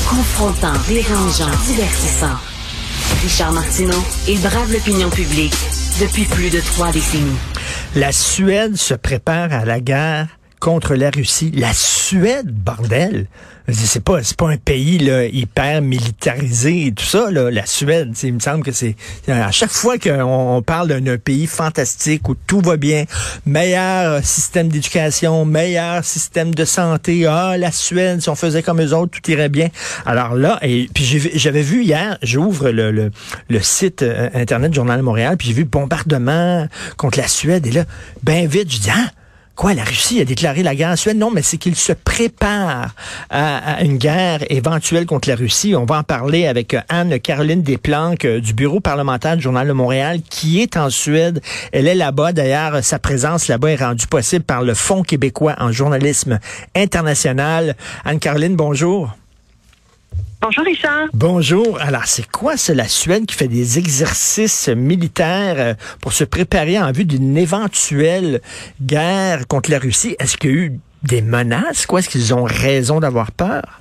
Confrontant, dérangeant, divertissant. Richard Martineau, il brave l'opinion publique depuis plus de 3 décennies. La Suède se prépare à la guerre contre la Russie. La Suède, bordel! C'est pas un pays là, hyper militarisé et tout ça, là, la Suède. Il me semble que c'est... À chaque fois qu'on parle d'un pays fantastique où tout va bien, meilleur système d'éducation, meilleur système de santé, la Suède, si on faisait comme eux autres, tout irait bien. Alors là, et puis j'avais vu hier, j'ouvre le site Internet du Journal de Montréal, puis j'ai vu bombardement contre la Suède, et là, ben vite, je dis, quoi, la Russie a déclaré la guerre à la Suède? Non, mais c'est qu'il se prépare à une guerre éventuelle contre la Russie. On va en parler avec Anne-Caroline Desplanques du bureau parlementaire du Journal de Montréal qui est en Suède. Elle est là-bas. D'ailleurs, sa présence là-bas est rendue possible par le Fonds québécois en journalisme international. Anne-Caroline, bonjour. Bonjour Richard. Bonjour. Alors, c'est quoi ça, la Suède qui fait des exercices militaires pour se préparer en vue d'une éventuelle guerre contre la Russie? Est-ce qu'il y a eu des menaces? Est-ce qu'ils ont raison d'avoir peur?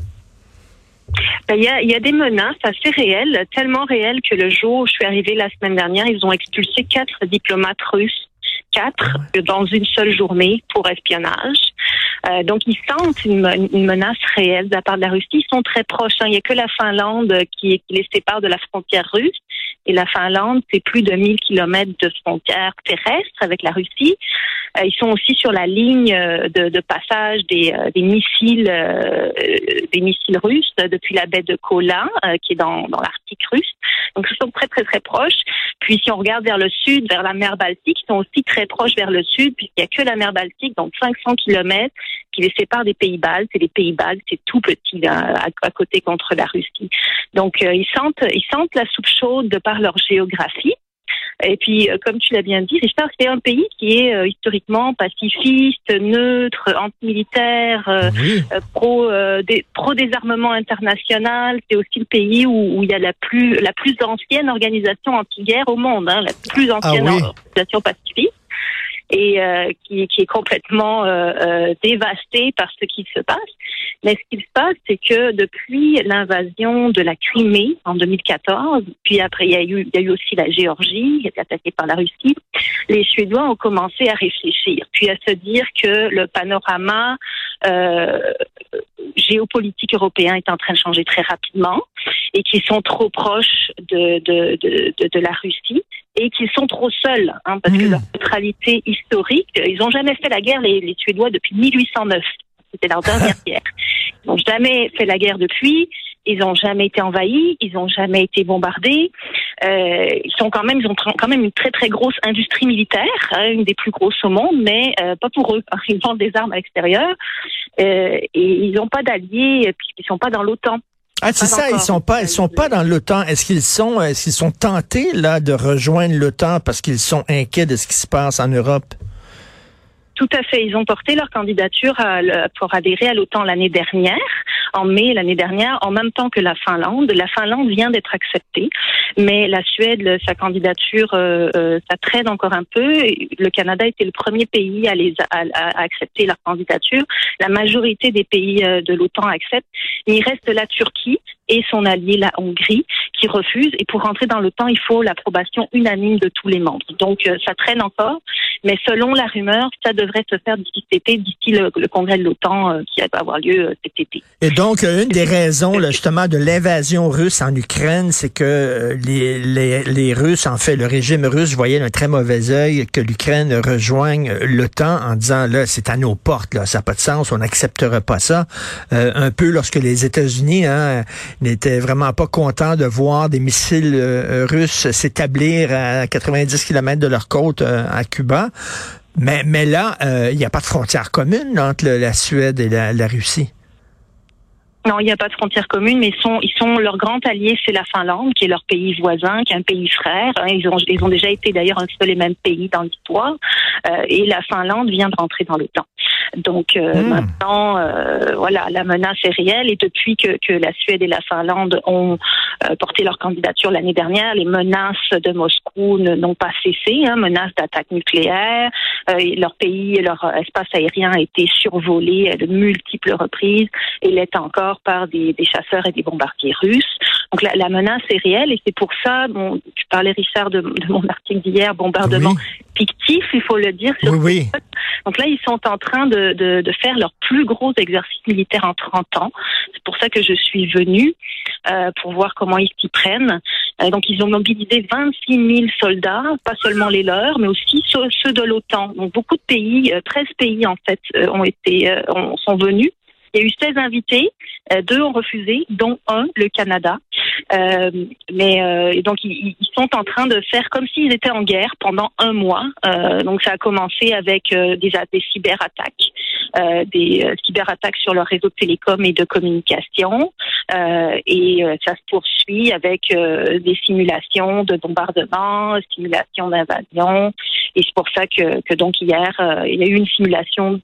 Il y a des menaces assez réelles, tellement réelles que le jour où je suis arrivée la semaine dernière, ils ont expulsé 4 diplomates russes. 4 dans une seule journée pour espionnage. Donc, ils sentent une menace réelle de la part de la Russie. Ils sont très proches. Il n'y a que la Finlande qui les sépare de la frontière russe. Et la Finlande, c'est plus de 1000 kilomètres de frontière terrestre avec la Russie. Ils sont aussi sur la ligne de passage des missiles russes depuis la baie de Kola, qui est dans l'Arctique russe. Donc, ils sont très, très, très proches. Puis, si on regarde vers le sud, vers la mer Baltique, ils sont aussi très proches vers le sud, puisqu'il n'y a que la mer Baltique, donc 500 kilomètres, qui les sépare des pays baltes. Et les pays baltes, c'est tout petit là, à côté contre la Russie. Donc, ils sentent la soupe chaude de par leur géographie. Et puis, comme tu l'as bien dit, Richard, c'est un pays qui est historiquement pacifiste, neutre, anti-militaire, pro-désarmement international. C'est aussi le pays où il y a la plus ancienne organisation anti-guerre au monde, la plus ancienne organisation pacifiste. Et qui est complètement dévastée par ce qui se passe. Mais ce qui se passe, c'est que depuis l'invasion de la Crimée en 2014, puis après il y a eu aussi la Géorgie qui a été attaquée par la Russie, les Suédois ont commencé à réfléchir, puis à se dire que le panorama géopolitique européen est en train de changer très rapidement et qu'ils sont trop proches de la Russie et qu'ils sont trop seuls, parce que leur neutralité historique, ils n'ont jamais fait la guerre, les Suédois, depuis 1809. C'était leur dernière guerre. Ils n'ont jamais fait la guerre depuis. Ils n'ont jamais été envahis. Ils n'ont jamais été bombardés. Ils ont quand même une très très grosse industrie militaire, une des plus grosses au monde, mais pas pour eux. Ils vendent des armes à l'extérieur et ils n'ont pas d'alliés, puisqu'ils sont pas dans l'OTAN. C'est ça, ils sont pas dans l'OTAN. Est-ce qu'ils sont tentés là de rejoindre l'OTAN parce qu'ils sont inquiets de ce qui se passe en Europe? Tout à fait. Ils ont porté leur candidature pour adhérer à l'OTAN l'année dernière, en mai l'année dernière, en même temps que la Finlande. La Finlande vient d'être acceptée, mais la Suède, sa candidature, ça traîne encore un peu. Le Canada était le premier pays à accepter leur candidature. La majorité des pays de l'OTAN acceptent. Il reste la Turquie et son allié, la Hongrie, qui refuse. Et pour rentrer dans l'OTAN, il faut l'approbation unanime de tous les membres. Donc, ça traîne encore. Mais selon la rumeur, ça devrait se faire d'ici cet été, d'ici le congrès de l'OTAN qui va avoir lieu cet été. Et donc, une des raisons, là, justement, de l'invasion russe en Ukraine, c'est que les Russes, en fait, le régime russe voyait d'un très mauvais œil que l'Ukraine rejoigne l'OTAN en disant, là, c'est à nos portes, là, ça n'a pas de sens, on n'acceptera pas ça. Un peu lorsque les États-Unis, n'étaient vraiment pas contents de voir des missiles russes s'établir à 90 km de leur côte à Cuba. Mais là, il n'y a pas de frontière commune entre la Suède et la Russie. Non, il n'y a pas de frontière commune, mais ils sont leur grand allié, c'est la Finlande, qui est leur pays voisin, qui est un pays frère. Ils ont déjà été d'ailleurs un seul et même pays dans l'histoire. Et la Finlande vient de rentrer dans l'OTAN. Donc maintenant, voilà, la menace est réelle. Et depuis que la Suède et la Finlande ont porté leur candidature l'année dernière, les menaces de Moscou n'ont pas cessé. Menaces d'attaque nucléaire. Leur pays et leur espace aérien a été survolé à de multiples reprises et l'est encore par des chasseurs et des bombardiers russes. Donc la menace est réelle et c'est pour ça, tu parlais Richard de mon article d'hier, bombardement fictif, il faut le dire. Oui. Donc là, ils sont en train de faire leur plus gros exercice militaire en 30 ans. C'est pour ça que je suis venue, pour voir comment ils s'y prennent. Donc ils ont mobilisé 26 000 soldats, pas seulement les leurs, mais aussi ceux de l'OTAN. Donc beaucoup de pays, 13 pays en fait, sont venus. Il y a eu 16 invités, 2 ont refusé, dont un, le Canada. Donc ils sont en train de faire comme s'ils étaient en guerre pendant 1 mois. Donc ça a commencé avec des cyberattaques, des cyberattaques sur leur réseau de télécom et de communication, et ça se poursuit avec des simulations de bombardement, simulations d'invasion. Et c'est pour ça que donc hier il y a eu une simulation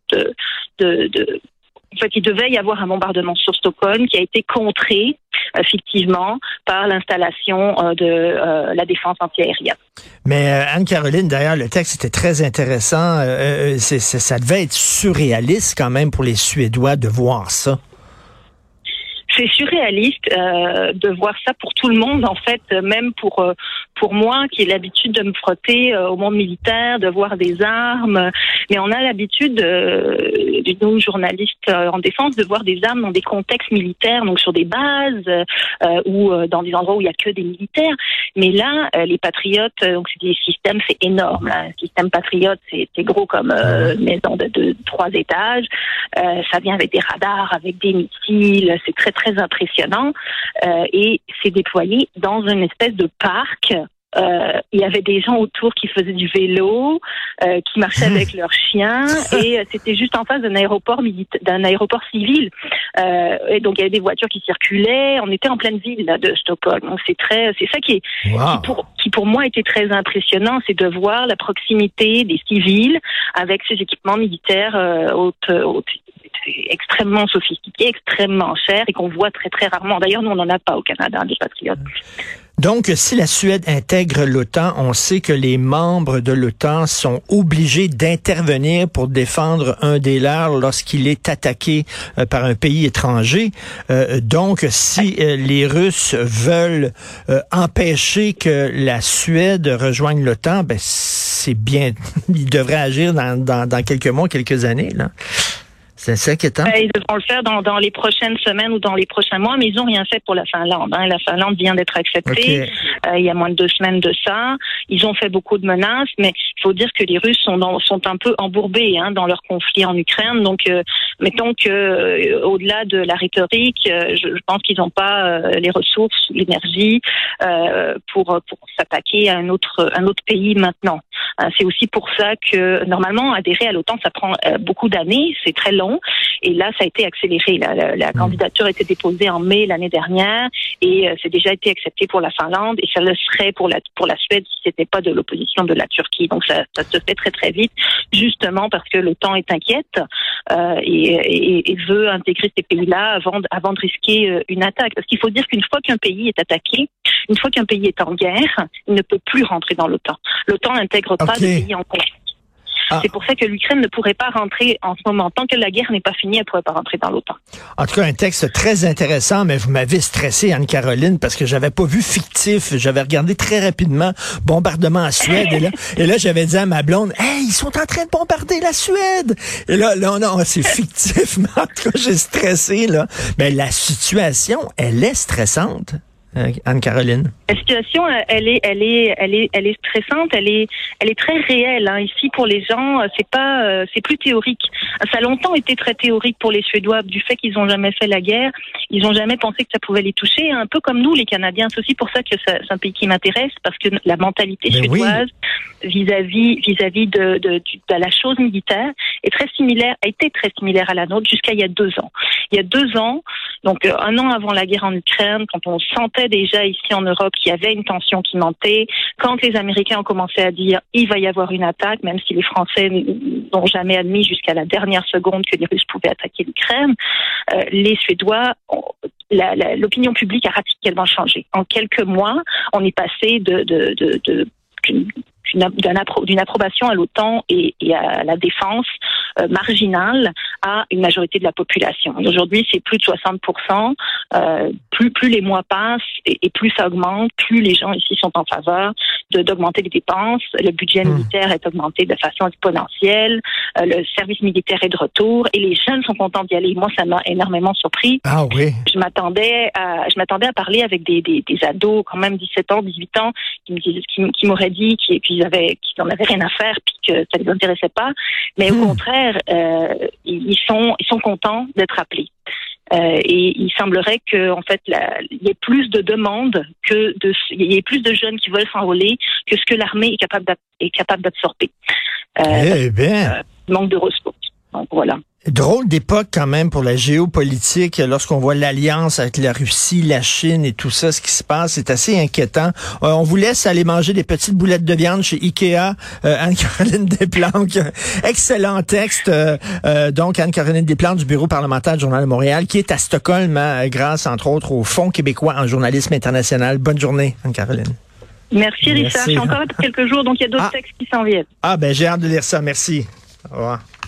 en fait, il devait y avoir un bombardement sur Stockholm qui a été contré fictivement par l'installation de la défense antiaérienne. Mais Anne-Caroline, d'ailleurs, le texte était très intéressant. Ça devait être surréaliste quand même pour les Suédois de voir ça. C'est surréaliste de voir ça pour tout le monde, en fait, même pour moi qui ai l'habitude de me frotter au monde militaire, de voir des armes. Mais on a l'habitude, nous journalistes en défense, de voir des armes dans des contextes militaires, donc sur des bases ou dans des endroits où il n'y a que des militaires. Mais là, les Patriotes, donc c'est des systèmes, c'est énorme. Là. Un système Patriote, c'est gros comme une maison de 3 étages. Ça vient avec des radars, avec des missiles. C'est très très impressionnant, et c'est déployé dans une espèce de parc. Il y avait des gens autour qui faisaient du vélo, qui marchaient avec leurs chiens, et c'était juste en face d'un aéroport civil. Et donc il y avait des voitures qui circulaient. On était en pleine ville là, de Stockholm. Donc c'est ça qui pour moi était très impressionnant, c'est de voir la proximité des civils avec ces équipements militaires extrêmement sophistiqués, extrêmement chers et qu'on voit très très rarement. D'ailleurs, nous on n'en a pas au Canada des Patriotes. Donc, si la Suède intègre l'OTAN, on sait que les membres de l'OTAN sont obligés d'intervenir pour défendre un des leurs lorsqu'il est attaqué par un pays étranger. Donc, si les Russes veulent empêcher que la Suède rejoigne l'OTAN, ben c'est bien, ils devraient agir dans quelques mois, quelques années, là. C'est inquiétant. Ils devront le faire dans les prochaines semaines ou dans les prochains mois, mais ils n'ont rien fait pour la Finlande. La Finlande vient d'être acceptée. Il y a moins de 2 semaines de ça. Ils ont fait beaucoup de menaces, mais il faut dire que les Russes sont un peu embourbés dans leur conflit en Ukraine. Donc, mettons que au-delà de la rhétorique, je pense qu'ils n'ont pas les ressources, l'énergie pour s'attaquer à un autre pays maintenant. C'est aussi pour ça que normalement adhérer à l'OTAN, ça prend beaucoup d'années, c'est très long. Et là, ça a été accéléré. La candidature a été déposée en mai l'année dernière et c'est déjà été accepté pour la Finlande et ça le serait pour la Suède si c'était pas de l'opposition de la Turquie. Donc ça se fait très très vite, justement parce que l'OTAN est inquiète et veut intégrer ces pays-là avant de risquer une attaque. Parce qu'il faut dire qu'une fois qu'un pays est attaqué, une fois qu'un pays est en guerre, il ne peut plus rentrer dans l'OTAN. L'OTAN n'intègre pas de pays en conflit. C'est pour ça que l'Ukraine ne pourrait pas rentrer en ce moment. Tant que la guerre n'est pas finie, elle ne pourrait pas rentrer dans l'OTAN. En tout cas, un texte très intéressant, mais vous m'avez stressé, Anne-Caroline, parce que j'avais pas vu fictif. J'avais regardé très rapidement bombardement en Suède. et là, j'avais dit à ma blonde, « Hey, ils sont en train de bombarder la Suède! » Et là, non, c'est fictif. Mais en tout cas, j'ai stressé, là. Mais la situation, elle est stressante. Anne-Caroline. La situation, elle est stressante, elle est très réelle. Ici, pour les gens, c'est plus théorique. Ça a longtemps été très théorique pour les Suédois du fait qu'ils n'ont jamais fait la guerre. Ils n'ont jamais pensé que ça pouvait les toucher. Un peu comme nous, les Canadiens. C'est aussi pour ça que c'est un pays qui m'intéresse parce que la mentalité suédoise vis-à-vis de la chose militaire a été très similaire à la nôtre jusqu'à il y a 2 ans. Il y a 2 ans, donc 1 an avant la guerre en Ukraine, quand on sentait sentait déjà ici en Europe qu'il y avait une tension qui montait. Quand les Américains ont commencé à dire il va y avoir une attaque, même si les Français n'ont jamais admis jusqu'à la dernière seconde que les Russes pouvaient attaquer l'Ukraine, les Suédois, l'opinion publique a radicalement changé. En quelques mois, on est passé d'une approbation à l'OTAN et à la défense marginale à une majorité de la population. Aujourd'hui, c'est plus de 60%. Plus les mois passent et plus ça augmente, plus les gens ici sont en faveur d'augmenter les dépenses. Le budget militaire est augmenté de façon exponentielle. Le service militaire est de retour et les jeunes sont contents d'y aller. Moi, ça m'a énormément surpris. Ah oui. Je m'attendais à parler avec des ados, quand même 17 ans, 18 ans, qui m'auraient dit qu'ils n'en avaient rien à faire puis que ça les intéressait pas. Mais au contraire, ils sont contents d'être appelés. Et il semblerait que, en fait, il y ait plus de demandes il y ait plus de jeunes qui veulent s'enrôler que ce que l'armée est capable d'absorber. Manque de ressources. Donc voilà. Drôle d'époque quand même pour la géopolitique, lorsqu'on voit l'alliance avec la Russie, la Chine et tout ça, ce qui se passe, c'est assez inquiétant. On vous laisse aller manger des petites boulettes de viande chez Ikea. Anne-Caroline Desplanques, excellent texte. Donc Anne-Caroline Desplanques du Bureau parlementaire du Journal de Montréal, qui est à Stockholm, grâce entre autres au Fonds québécois en journalisme international. Bonne journée, Anne-Caroline. Merci Richard. Je suis encore là pour quelques jours, donc il y a d'autres textes qui s'en viennent. J'ai hâte de lire ça. Merci. Au revoir.